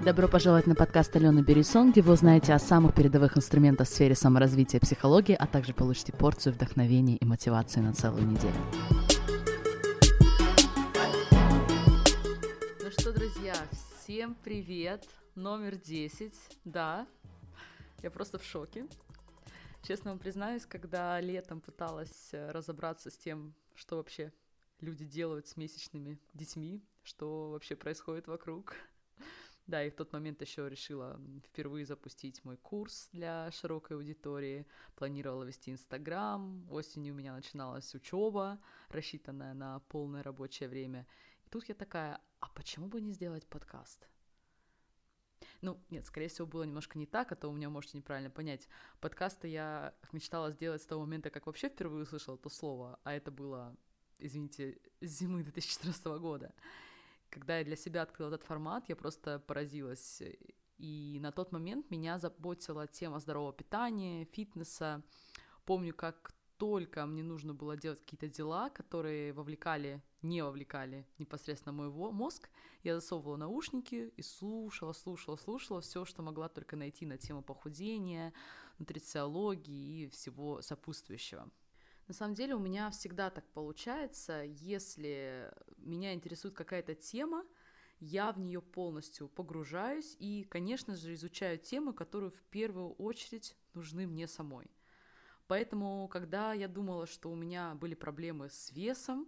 Добро пожаловать на подкаст Алены Берисон, где вы узнаете о самых передовых инструментах в сфере саморазвития и психологии, а также получите порцию вдохновения и мотивации на целую неделю. Ну что, друзья, всем привет! Номер 10. Да, я просто в шоке. Честно вам признаюсь, когда летом пыталась разобраться с тем, что вообще люди делают с месячными детьми, что вообще происходит вокруг. Да, и в тот момент еще решила впервые запустить мой курс для широкой аудитории, планировала вести Инстаграм, осенью у меня начиналась учеба, рассчитанная на полное рабочее время. И тут я такая, а почему бы не сделать подкаст? Ну, нет, скорее всего, было немножко не так, а то у меня можете неправильно понять. Подкасты я мечтала сделать с того момента, как вообще впервые услышала это слово, а это было, извините, зимы 2014 года. Когда я для себя открыла этот формат, я просто поразилась. И на тот момент меня заботила тема здорового питания, фитнеса. Помню, как только мне нужно было делать какие-то дела, которые не вовлекали непосредственно мой мозг, я засовывала наушники и слушала все, что могла только найти на тему похудения, нутрициологии и всего сопутствующего. На самом деле у меня всегда так получается, если меня интересует какая-то тема, я в нее полностью погружаюсь и, конечно же, изучаю темы, которые в первую очередь нужны мне самой. Поэтому, когда я думала, что у меня были проблемы с весом,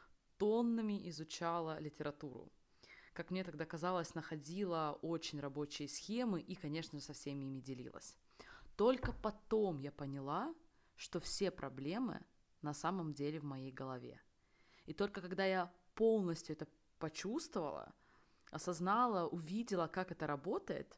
тоннами изучала литературу. Как мне тогда казалось, находила очень рабочие схемы и, конечно же, со всеми ими делилась. Только потом я поняла, что все проблемы на самом деле в моей голове. И только когда я полностью это почувствовала, осознала, увидела, как это работает,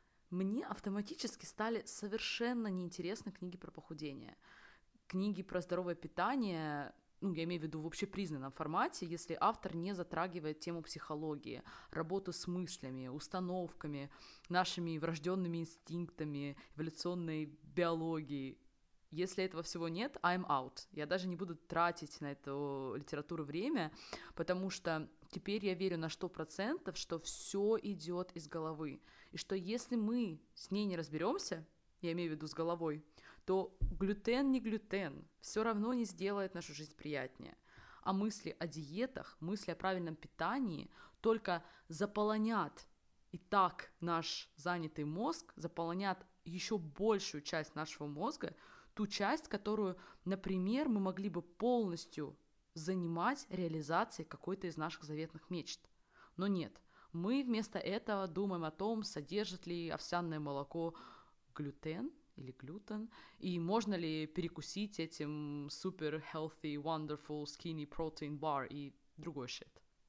мне автоматически стали совершенно неинтересны книги про похудение. Книги про здоровое питание, я имею в виду в общепризнанном формате, если автор не затрагивает тему психологии, работу с мыслями, установками, нашими врожденными инстинктами, эволюционной биологией. Если этого всего нет, I'm out. Я даже не буду тратить на эту литературу время, потому что теперь я верю на 100%, что все идет из головы. И что если мы с ней не разберемся, я имею в виду с головой, то глютен не глютен все равно не сделает нашу жизнь приятнее. А мысли о диетах, мысли о правильном питании только заполонят и так наш занятый мозг, заполонят еще большую часть нашего мозга, ту часть, которую, например, мы могли бы полностью занимать реализацией какой-то из наших заветных мечт. Но нет, мы вместо этого думаем о том, содержит ли овсяное молоко глютен или глютен, и можно ли перекусить этим super healthy, wonderful, skinny protein bar и другой shit.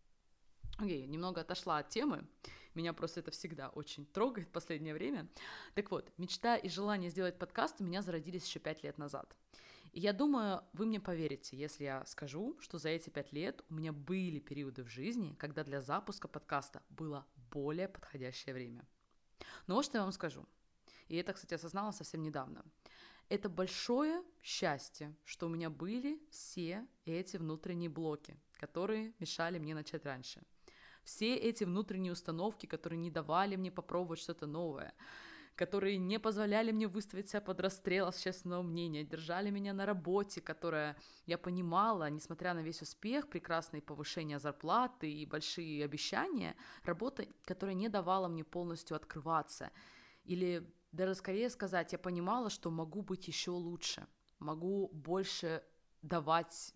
Окей, немного отошла от темы. Меня просто это всегда очень трогает в последнее время. Так вот, мечта и желание сделать подкаст у меня зародились еще 5 лет назад. И я думаю, вы мне поверите, если я скажу, что за эти 5 лет у меня были периоды в жизни, когда для запуска подкаста было более подходящее время. Но вот что я вам скажу. И это, кстати, осознала совсем недавно. Это большое счастье, что у меня были все эти внутренние блоки, которые мешали мне начать раньше. Все эти внутренние установки, которые не давали мне попробовать что-то новое, которые не позволяли мне выставить себя под расстрел общественного мнения, держали меня на работе, которая, я понимала, несмотря на весь успех, прекрасные повышения зарплаты и большие обещания, работа, которая не давала мне полностью открываться. Или даже скорее сказать, я понимала, что могу быть еще лучше, могу больше давать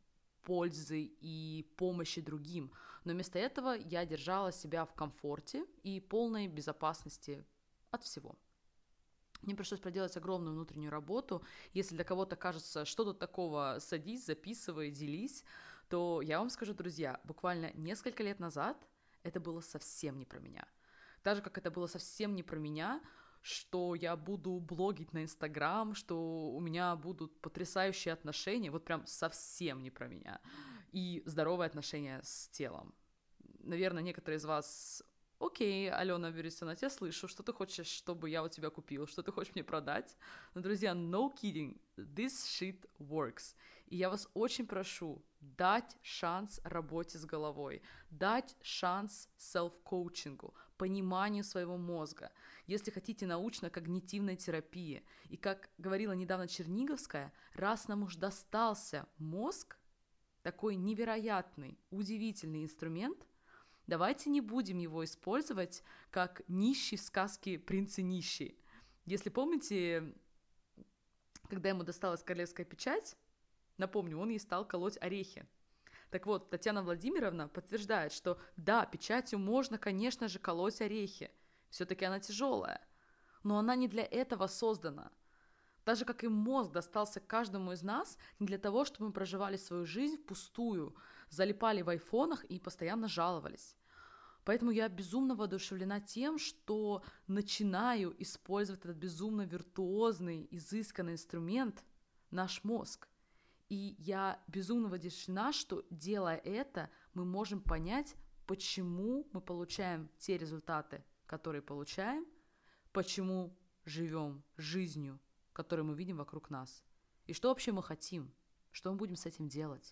пользы и помощи другим. Но вместо этого я держала себя в комфорте и полной безопасности от всего. Мне пришлось проделать огромную внутреннюю работу. Если для кого-то кажется, что тут такого, садись, записывай, делись, то я вам скажу, друзья, буквально несколько лет назад это было совсем не про меня. Так же, как это было совсем не про меня, что я буду блогить на Инстаграм, что у меня будут потрясающие отношения, вот прям совсем не про меня. И здоровые отношения с телом. Наверное, некоторые из вас: окей, Алена Берисон, я слышу, что ты хочешь, чтобы я у тебя купил, что ты хочешь мне продать. Но, друзья, no kidding, this shit works. И я вас очень прошу дать шанс работе с головой, дать шанс селф-коучингу, пониманию своего мозга, если хотите научно-когнитивной терапии. И как говорила недавно Черниговская, раз нам уж достался мозг, такой невероятный, удивительный инструмент, давайте не будем его использовать как нищий в сказке «Принц и нищий». Если помните, когда ему досталась королевская печать, напомню, он ей стал колоть орехи. Так вот, Татьяна Владимировна подтверждает, что да, печатью можно, конечно же, колоть орехи. Все-таки она тяжелая. Но она не для этого создана. Так же, как и мозг достался каждому из нас не для того, чтобы мы проживали свою жизнь впустую, залипали в айфонах и постоянно жаловались. Поэтому я безумно воодушевлена тем, что начинаю использовать этот безумно виртуозный, изысканный инструмент, наш мозг. И я безумно воодушевлена, что, делая это, мы можем понять, почему мы получаем те результаты, которые получаем, почему живем жизнью, которую мы видим вокруг нас, и что вообще мы хотим, что мы будем с этим делать.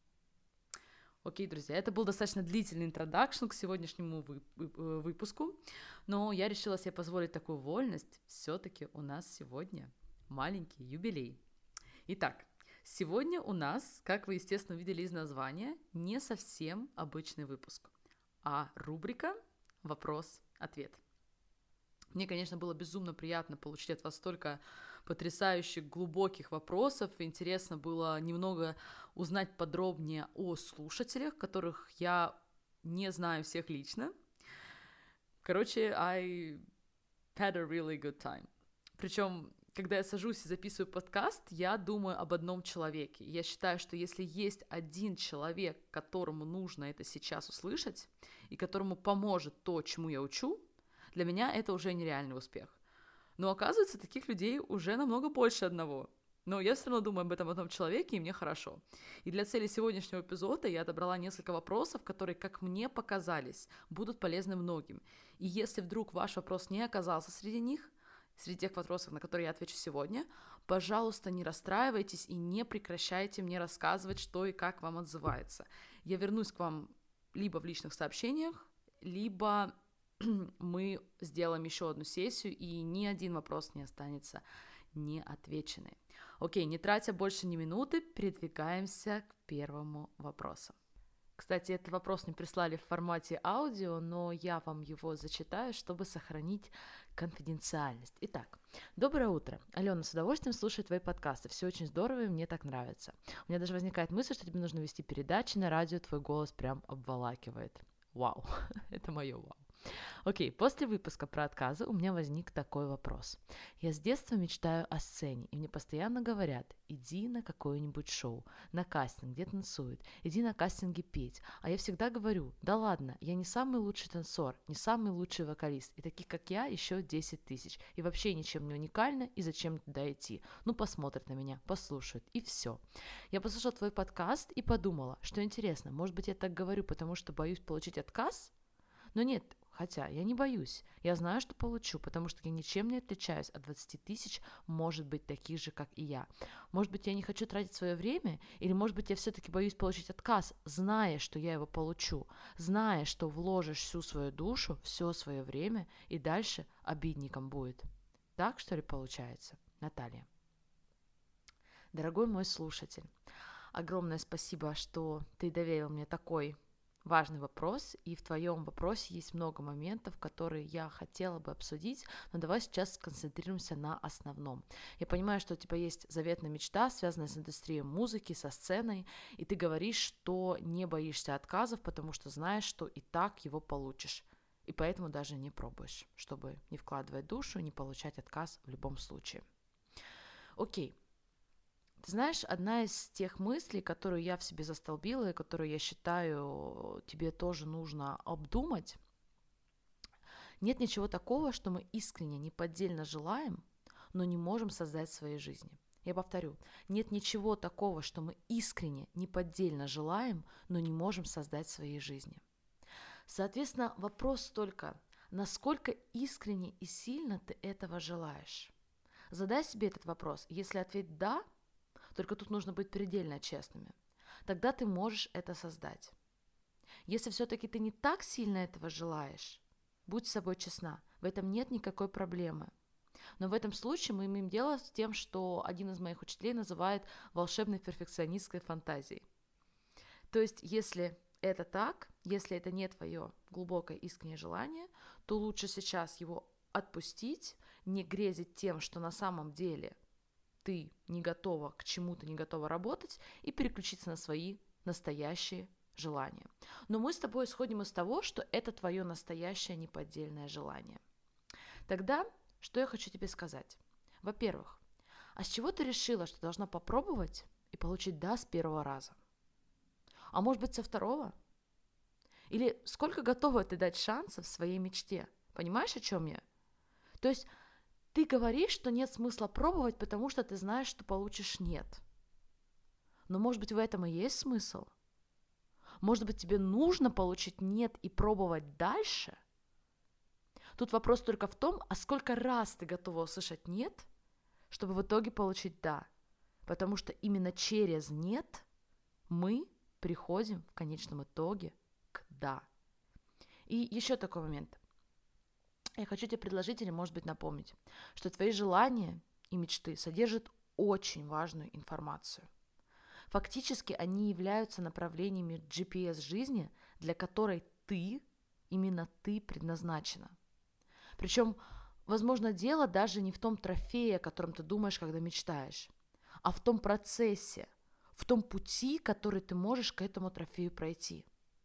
Окей, друзья, это был достаточно длительный интродакшн к сегодняшнему выпуску, но я решила себе позволить такую вольность. Все-таки у нас сегодня маленький юбилей. Итак, сегодня у нас, как вы, естественно, увидели из названия, не совсем обычный выпуск, а рубрика «Вопрос-ответ». Мне, конечно, было безумно приятно получить от вас столько потрясающих, глубоких вопросов. Интересно было немного узнать подробнее о слушателях, которых я не знаю всех лично. Короче, I had a really good time. Причем, когда я сажусь и записываю подкаст, я думаю об одном человеке. Я считаю, что если есть один человек, которому нужно это сейчас услышать, и которому поможет то, чему я учу, для меня это уже нереальный успех. Но оказывается, таких людей уже намного больше одного. Но я все равно думаю об этом одном человеке, и мне хорошо. И для цели сегодняшнего эпизода я отобрала несколько вопросов, которые, как мне показались, будут полезны многим. И если вдруг ваш вопрос не оказался среди них, среди тех вопросов, на которые я отвечу сегодня, пожалуйста, не расстраивайтесь и не прекращайте мне рассказывать, что и как вам отзывается. Я вернусь к вам либо в личных сообщениях, либо мы сделаем еще одну сессию, и ни один вопрос не останется неотвеченный. Окей, не тратя больше ни минуты, передвигаемся к первому вопросу. Кстати, этот вопрос мне прислали в формате аудио, но я вам его зачитаю, чтобы сохранить конфиденциальность. Итак, доброе утро. Алена, с удовольствием слушаю твои подкасты. Все очень здорово, и мне так нравится. У меня даже возникает мысль, что тебе нужно вести передачи на радио, твой голос прям обволакивает. Вау, это мое вау. Окей, после выпуска про отказы у меня возник такой вопрос. Я с детства мечтаю о сцене, и мне постоянно говорят, иди на какое-нибудь шоу, на кастинг, где танцуют, иди на кастинге петь. А я всегда говорю, да ладно, я не самый лучший танцор, не самый лучший вокалист, и таких, как я, еще 10 тысяч, и вообще ничем не уникально, и зачем туда идти? Ну, посмотрят на меня, послушают, и все. Я послушала твой подкаст и подумала, что интересно, может быть, я так говорю, потому что боюсь получить отказ? Но нет, хотя я не боюсь. Я знаю, что получу, потому что я ничем не отличаюсь от 20 тысяч, может быть, таких же, как и я. Может быть, я не хочу тратить свое время, или, может быть, я все-таки боюсь получить отказ, зная, что я его получу, зная, что вложишь всю свою душу, все свое время, и дальше обидником будет. Так, что ли, получается? Наталья. Дорогой мой слушатель, огромное спасибо, что ты доверил мне такой важный вопрос, и в твоем вопросе есть много моментов, которые я хотела бы обсудить, но давай сейчас сконцентрируемся на основном. Я понимаю, что у тебя есть заветная мечта, связанная с индустрией музыки, со сценой, и ты говоришь, что не боишься отказов, потому что знаешь, что и так его получишь, и поэтому даже не пробуешь, чтобы не вкладывать душу и не получать отказ в любом случае. Окей. Ты знаешь, одна из тех мыслей, которую я в себе застолбила и которую я считаю тебе тоже нужно обдумать, нет ничего такого, что мы искренне, неподдельно желаем, но не можем создать в своей жизни. Я повторю, нет ничего такого, что мы искренне, неподдельно желаем, но не можем создать в своей жизни. Соответственно, вопрос только, насколько искренне и сильно ты этого желаешь. Задай себе этот вопрос. Если ответ «да», Только тут нужно быть предельно честными. Тогда ты можешь это создать. Если все-таки ты не так сильно этого желаешь, будь с собой честна, в этом нет никакой проблемы. Но в этом случае мы имеем дело с тем, что один из моих учителей называет волшебной перфекционистской фантазией. То есть, если это так, если это не твое глубокое искреннее желание, то лучше сейчас его отпустить, не грезить тем, что на самом деле ты не готова к чему-то, не готова работать, и переключиться на свои настоящие желания. Но мы с тобой исходим из того, что это твое настоящее неподдельное желание. Тогда, что я хочу тебе сказать? Во-первых, а с чего ты решила, что должна попробовать и получить «да» с первого раза? А может быть, со второго? Или сколько готова ты дать шансов своей мечте? Понимаешь, о чем я? То есть ты говоришь, что нет смысла пробовать, потому что ты знаешь, что получишь «нет». Но может быть, в этом и есть смысл? Может быть, тебе нужно получить «нет» и пробовать дальше? Тут вопрос только в том, а сколько раз ты готова услышать «нет», чтобы в итоге получить «да». Потому что именно через «нет» мы приходим в конечном итоге к «да». И еще такой момент. Я хочу тебе предложить или, может быть, напомнить, что твои желания и мечты содержат очень важную информацию. Фактически они являются направлениями GPS жизни, для которой ты, именно ты предназначена. Причем, возможно, дело даже не в том трофее, о котором ты думаешь, когда мечтаешь, а в том процессе, в том пути, который ты можешь к этому трофею пройти.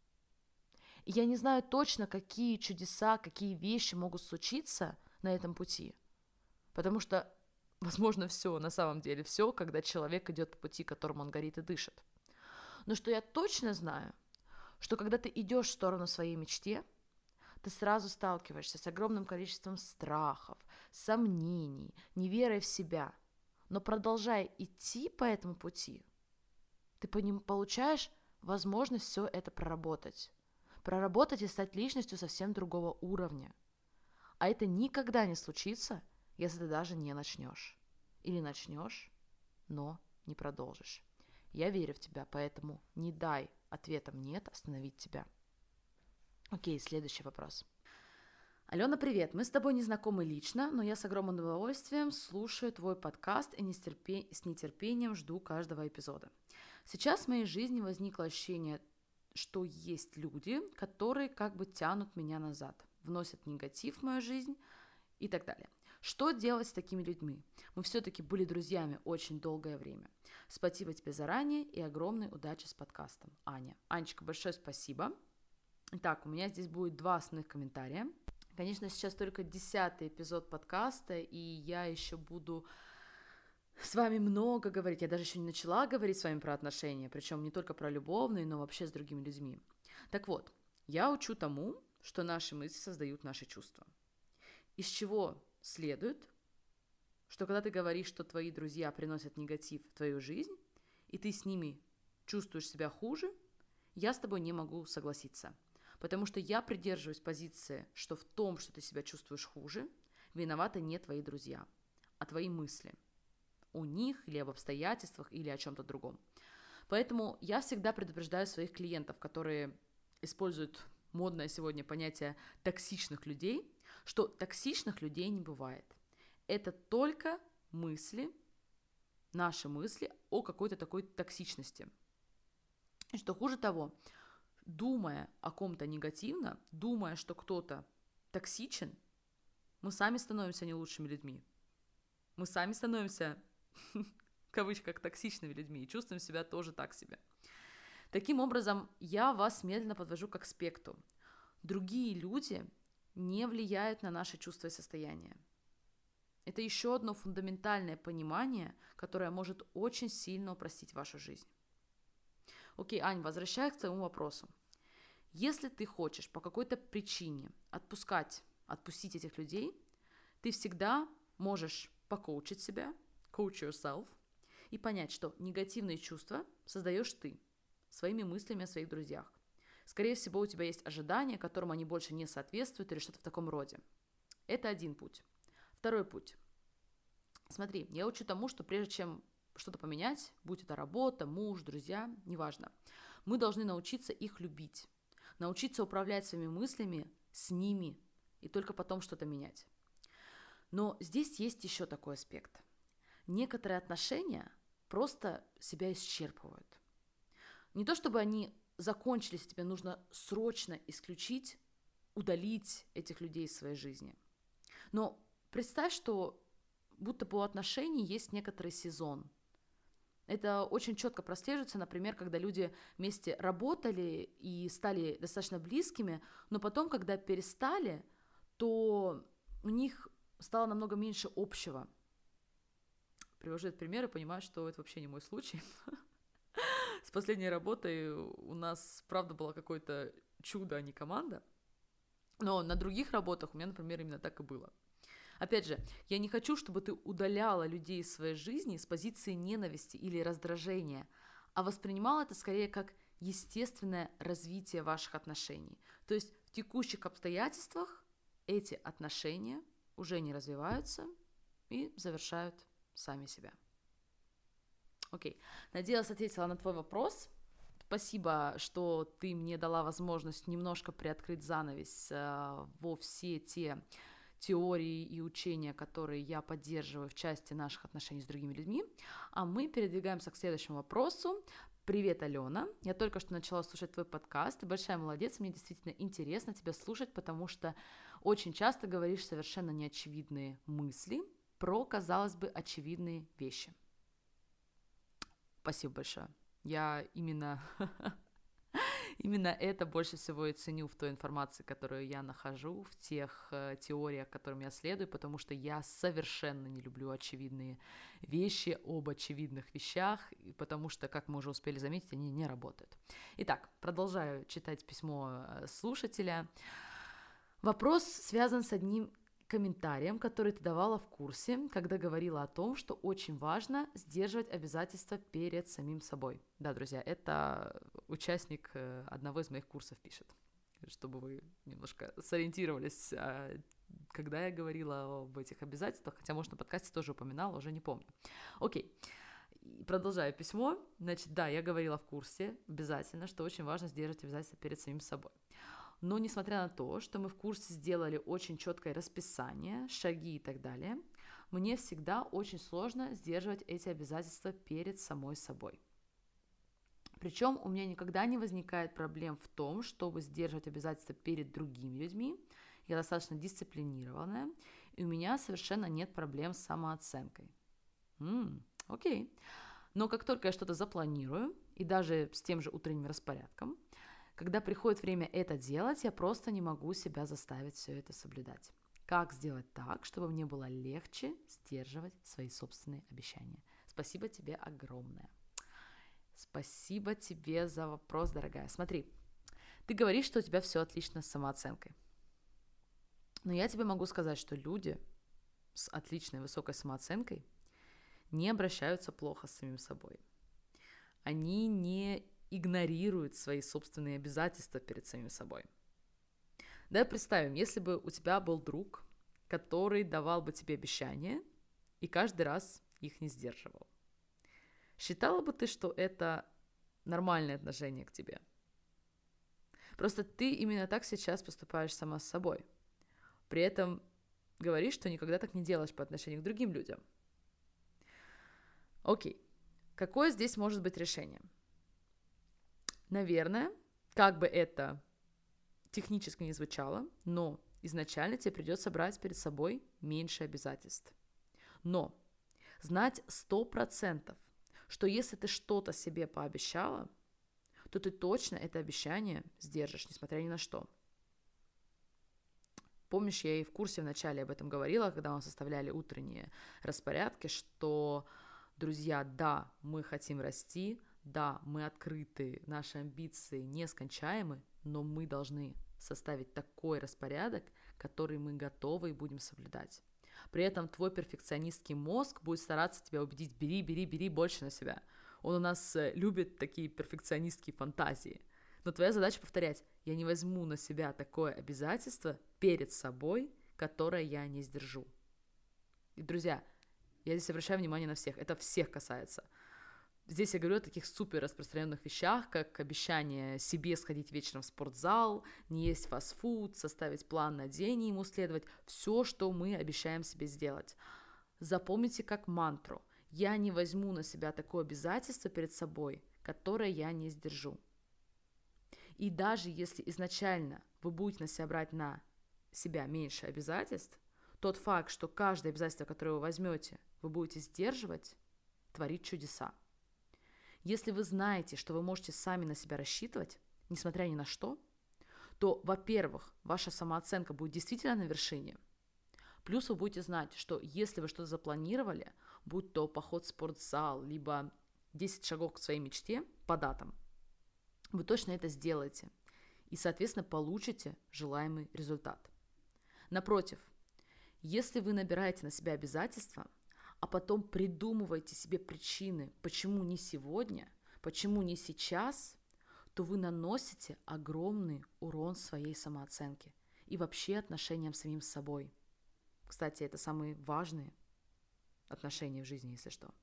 И я не знаю точно, какие чудеса, какие вещи могут случиться на этом пути, потому что, возможно, все, на самом деле все, когда человек идет по пути, которым он горит и дышит. Но что я точно знаю, что когда ты идешь в сторону своей мечте, ты сразу сталкиваешься с огромным количеством страхов, сомнений, неверой в себя. Но продолжая идти по этому пути, ты по ним получаешь возможность все это проработать. Проработать и стать личностью совсем другого уровня. А это никогда не случится, если ты даже не начнешь. Или начнешь, но не продолжишь. Я верю в тебя, поэтому не дай ответом «нет» остановить тебя. Окей, следующий вопрос. Алена, привет. Мы с тобой не знакомы лично, но я с огромным удовольствием слушаю твой подкаст и с нетерпением жду каждого эпизода. Сейчас в моей жизни возникло ощущение, что есть люди, которые как бы тянут меня назад, вносят негатив в мою жизнь и так далее. Что делать с такими людьми? Мы все-таки были друзьями очень долгое время. Спасибо тебе заранее и огромной удачи с подкастом. Аня. Анечка, большое спасибо. Итак, у меня здесь будет 2 основных комментария. Конечно, сейчас только 10-й эпизод подкаста, и я еще буду с вами много говорить. Я даже еще не начала говорить с вами про отношения, причем не только про любовные, но вообще с другими людьми. Так вот, я учу тому, что наши мысли создают наши чувства. Из чего следует, что когда ты говоришь, что твои друзья приносят негатив в твою жизнь, и ты с ними чувствуешь себя хуже, я с тобой не могу согласиться. Потому что я придерживаюсь позиции, что в том, что ты себя чувствуешь хуже, виноваты не твои друзья, а твои мысли. О них или об обстоятельствах или о чем-то другом. Поэтому я всегда предупреждаю своих клиентов, которые используют модное сегодня понятие токсичных людей, что токсичных людей не бывает. Это только мысли, наши мысли о какой-то такой токсичности. И что хуже того, думая о ком-то негативно, думая, что кто-то токсичен, мы сами становимся не лучшими людьми. Мы сами становимся, в кавычках, токсичными людьми и чувствуем себя тоже так себе. Таким образом, я вас медленно подвожу к аспекту. Другие люди не влияют на наши чувства и состояния. Это еще одно фундаментальное понимание, которое может очень сильно упростить вашу жизнь. Окей, Ань, возвращаясь к твоему вопросу. Если ты хочешь по какой-то причине отпустить этих людей, ты всегда можешь покоучить себя, coach yourself, и понять, что негативные чувства создаешь ты своими мыслями о своих друзьях. Скорее всего, у тебя есть ожидания, которым они больше не соответствуют или что-то в таком роде. Это один путь. Второй путь. Смотри, я учу тому, что прежде чем что-то поменять, будь это работа, муж, друзья, неважно, мы должны научиться их любить, научиться управлять своими мыслями с ними и только потом что-то менять. Но здесь есть еще такой аспект. Некоторые отношения просто себя исчерпывают. Не то чтобы они закончились, тебе нужно срочно исключить, удалить этих людей из своей жизни. Но представь, что будто бы у отношений есть некоторый сезон. Это очень четко прослеживается, например, когда люди вместе работали и стали достаточно близкими, но потом, когда перестали, то у них стало намного меньше общего. Привожу этот пример и понимаю, что это вообще не мой случай. С последней работой у нас, правда, было какое-то чудо, а не команда. Но на других работах у меня, например, именно так и было. Опять же, я не хочу, чтобы ты удаляла людей из своей жизни с позиции ненависти или раздражения, а воспринимала это скорее как естественное развитие ваших отношений. То есть в текущих обстоятельствах эти отношения уже не развиваются и завершают сами себя. Окей, надеюсь, ответила на твой вопрос. Спасибо, что ты мне дала возможность немножко приоткрыть занавес во все те теории и учения, которые я поддерживаю в части наших отношений с другими людьми. А мы передвигаемся к следующему вопросу. Привет, Алена. Я только что начала слушать твой подкаст. Ты большая молодец, мне действительно интересно тебя слушать, потому что очень часто говоришь совершенно неочевидные мысли про, казалось бы, очевидные вещи. Спасибо большое. Я именно это больше всего и ценю в той информации, которую я нахожу, в тех теориях, которым я следую, потому что я совершенно не люблю очевидные вещи об очевидных вещах, потому что, как мы уже успели заметить, они не работают. Итак, продолжаю читать письмо слушателя. Вопрос связан с одним комментарием, который ты давала в курсе, когда говорила о том, что очень важно сдерживать обязательства перед самим собой. Да, друзья, это участник одного из моих курсов пишет, чтобы вы немножко сориентировались, когда я говорила об этих обязательствах, хотя, может, на подкасте тоже упоминала, уже не помню. Окей. Продолжаю письмо. Значит, да, я говорила в курсе обязательно, что очень важно сдерживать обязательства перед самим собой. Но несмотря на то, что мы в курсе сделали очень четкое расписание, шаги и так далее, мне всегда очень сложно сдерживать эти обязательства перед самой собой. Причем у меня никогда не возникает проблем в том, чтобы сдерживать обязательства перед другими людьми. Я достаточно дисциплинированная, и у меня совершенно нет проблем с самооценкой. Окей. Но как только я что-то запланирую, и даже с тем же утренним распорядком, когда приходит время это делать, я просто не могу себя заставить все это соблюдать. Как сделать так, чтобы мне было легче сдерживать свои собственные обещания? Спасибо тебе огромное. Спасибо тебе за вопрос, дорогая. Смотри, ты говоришь, что у тебя все отлично с самооценкой. Но я тебе могу сказать, что люди с отличной высокой самооценкой не обращаются плохо с самим собой. Они не игнорируют свои собственные обязательства перед самим собой. Давай представим, если бы у тебя был друг, который давал бы тебе обещания и каждый раз их не сдерживал. Считала бы ты, что это нормальное отношение к тебе? Просто ты именно так сейчас поступаешь сама с собой. При этом говоришь, что никогда так не делаешь по отношению к другим людям. Окей. Какое здесь может быть решение? Наверное, как бы это технически не звучало, но изначально тебе придется брать перед собой меньше обязательств. Но знать 100%, что если ты что-то себе пообещала, то ты точно это обещание сдержишь, несмотря ни на что. Помнишь, я и в курсе вначале об этом говорила, когда мы составляли утренние распорядки, что, друзья, да, мы хотим расти, да, мы открыты, наши амбиции нескончаемы, но мы должны составить такой распорядок, который мы готовы и будем соблюдать. При этом твой перфекционистский мозг будет стараться тебя убедить: бери больше на себя. Он у нас любит такие перфекционистские фантазии. Но твоя задача повторять: я не возьму на себя такое обязательство перед собой, которое я не сдержу. И, друзья, Я здесь обращаю внимание на всех, это всех касается. Здесь я говорю о таких супер распространенных вещах, как обещание себе сходить вечером в спортзал, не есть фастфуд, составить план на день и ему следовать. Все, что мы обещаем себе сделать. Запомните как мантру. Я не возьму на себя такое обязательство перед собой, которое я не сдержу. И даже если изначально вы будете на себя брать на себя меньше обязательств, тот факт, что каждое обязательство, которое вы возьмете, вы будете сдерживать, творит чудеса. Если вы знаете, что вы можете сами на себя рассчитывать, несмотря ни на что, то, во-первых, ваша самооценка будет действительно на вершине. Плюс вы будете знать, что если вы что-то запланировали, будь то поход в спортзал, либо 10 шагов к своей мечте по датам, вы точно это сделаете и, соответственно, получите желаемый результат. Напротив, если вы набираете на себя обязательства, а потом придумываете себе причины, почему не сегодня, почему не сейчас, то вы наносите огромный урон своей самооценке и вообще отношениям с самим собой. Кстати, это самые важные отношения в жизни, если что.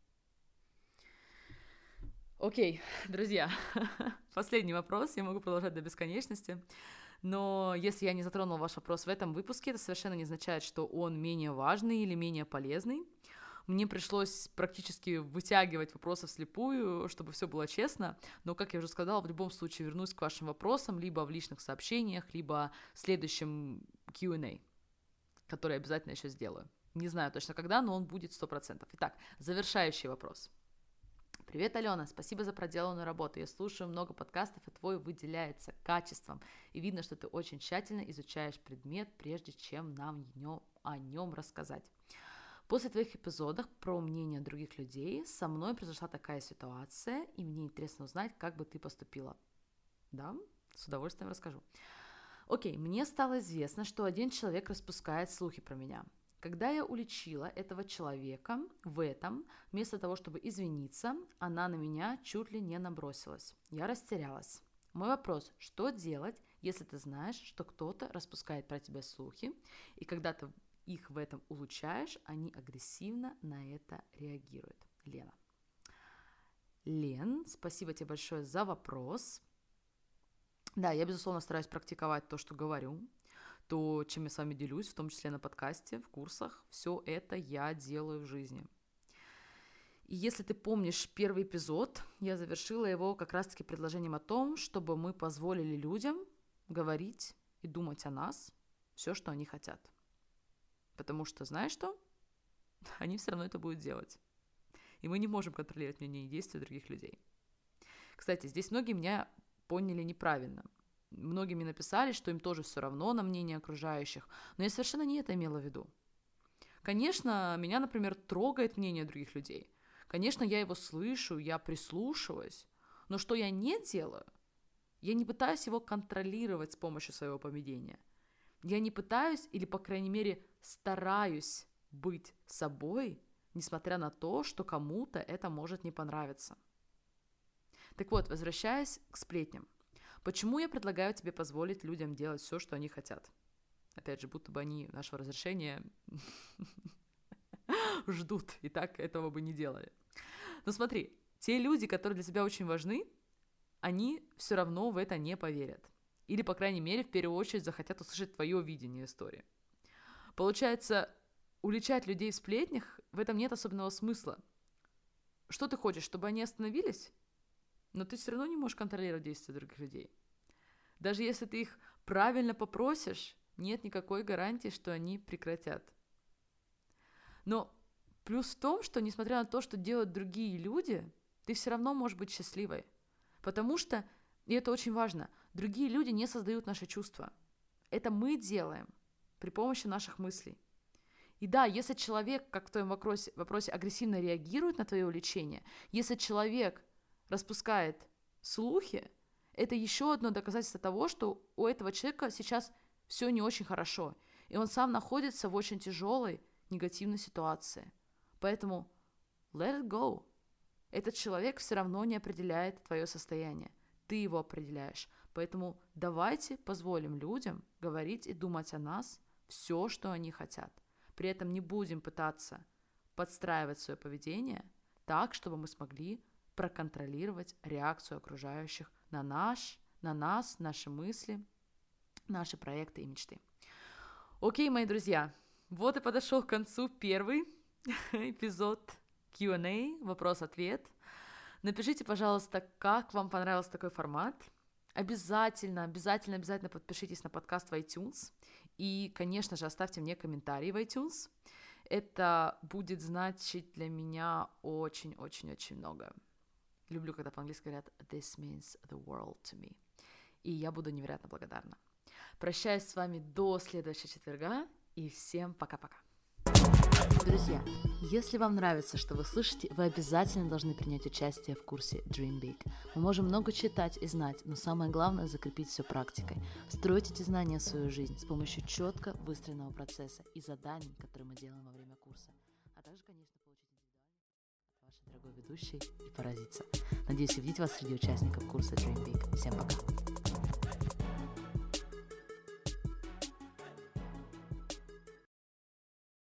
Окей, друзья, последний вопрос, я могу продолжать до бесконечности, но если я не затронула ваш вопрос в этом выпуске, это совершенно не означает, что он менее важный или менее полезный. Мне пришлось практически вытягивать вопросы вслепую, чтобы все было честно, но, как я уже сказала, в любом случае вернусь к вашим вопросам либо в личных сообщениях, либо в следующем Q&A, который обязательно еще сделаю. Не знаю точно когда, но он будет 100%. Итак, завершающий вопрос. Привет, Алена, спасибо за проделанную работу. Я слушаю много подкастов, и твой выделяется качеством. И видно, что ты очень тщательно изучаешь предмет, прежде чем нам о нем рассказать. После твоих эпизодов про мнение других людей со мной произошла такая ситуация, и мне интересно узнать, как бы ты поступила. Да, с удовольствием расскажу. Окей, мне стало известно, что один человек распускает слухи про меня. Когда я уличила этого человека в этом, вместо того, чтобы извиниться, она на меня чуть ли не набросилась. Я растерялась. Мой вопрос, что делать, если ты знаешь, что кто-то распускает про тебя слухи, и когда ты их в этом улучшаешь, они агрессивно на это реагируют. Лена. Лен, спасибо тебе большое за вопрос. Да, я, безусловно, стараюсь практиковать то, что говорю, то, чем я с вами делюсь, в том числе на подкасте, в курсах. Все это я делаю в жизни. И если ты помнишь первый эпизод, я завершила его как раз-таки предложением о том, чтобы мы позволили людям говорить и думать о нас все, что они хотят. Потому что, знаешь что? Они все равно это будут делать. И мы не можем контролировать мнение и действия других людей. Кстати, здесь многие меня поняли неправильно. Многие мне написали, что им тоже все равно на мнение окружающих, но я совершенно не это имела в виду. Конечно, меня, например, трогает мнение других людей. Конечно, я его слышу, я прислушиваюсь, но что я не делаю? Я не пытаюсь его контролировать с помощью своего поведения. Я не пытаюсь, или, по крайней мере, стараюсь быть собой, несмотря на то, что кому-то это может не понравиться. Так вот, возвращаясь к сплетням. Почему я предлагаю тебе позволить людям делать все, что они хотят? Опять же, будто бы они нашего разрешения ждут, и так этого бы не делали. Но смотри, те люди, которые для тебя очень важны, они все равно в это не поверят. Или, по крайней мере, в первую очередь захотят услышать твое видение истории. Получается, уличать людей в сплетнях, в этом нет особенного смысла. Что ты хочешь, чтобы они остановились? Но ты все равно не можешь контролировать действия других людей. Даже если ты их правильно попросишь, нет никакой гарантии, что они прекратят. Но плюс в том, что несмотря на то, что делают другие люди, ты все равно можешь быть счастливой. Потому что, и это очень важно, другие люди не создают наши чувства. Это мы делаем при помощи наших мыслей. И да, если человек, как в твоем вопросе, агрессивно реагирует на твое увлечение, если человек распускает слухи, это еще одно доказательство того, что у этого человека сейчас все не очень хорошо, и он сам находится в очень тяжелой негативной ситуации. Поэтому let it go. Этот человек все равно не определяет твое состояние. Ты его определяешь. Поэтому давайте позволим людям говорить и думать о нас все, что они хотят. При этом не будем пытаться подстраивать свое поведение так, чтобы мы смогли проконтролировать реакцию окружающих на нас, наши мысли, наши проекты и мечты. Окей, мои друзья, вот и подошел к концу первый эпизод Q&A, вопрос-ответ. Напишите, пожалуйста, как вам понравился такой формат. Обязательно подпишитесь на подкаст в iTunes. И, конечно же, оставьте мне комментарий в iTunes. Это будет значить для меня очень-очень-очень много. Люблю, когда по-английски говорят «This means the world to me». И я буду невероятно благодарна. Прощаюсь с вами до следующего четверга. И всем пока-пока. Друзья, если вам нравится, что вы слышите, вы обязательно должны принять участие в курсе Dream Big. Мы можем много читать и знать, но самое главное – закрепить все практикой. Встроить эти знания в свою жизнь с помощью четко выстроенного процесса и заданий, которые мы делаем во время курса. А также, конечно, получить индивидуальный от вашей дорогой ведущей и поразиться. Надеюсь увидеть вас среди участников курса Dream Big. Всем пока!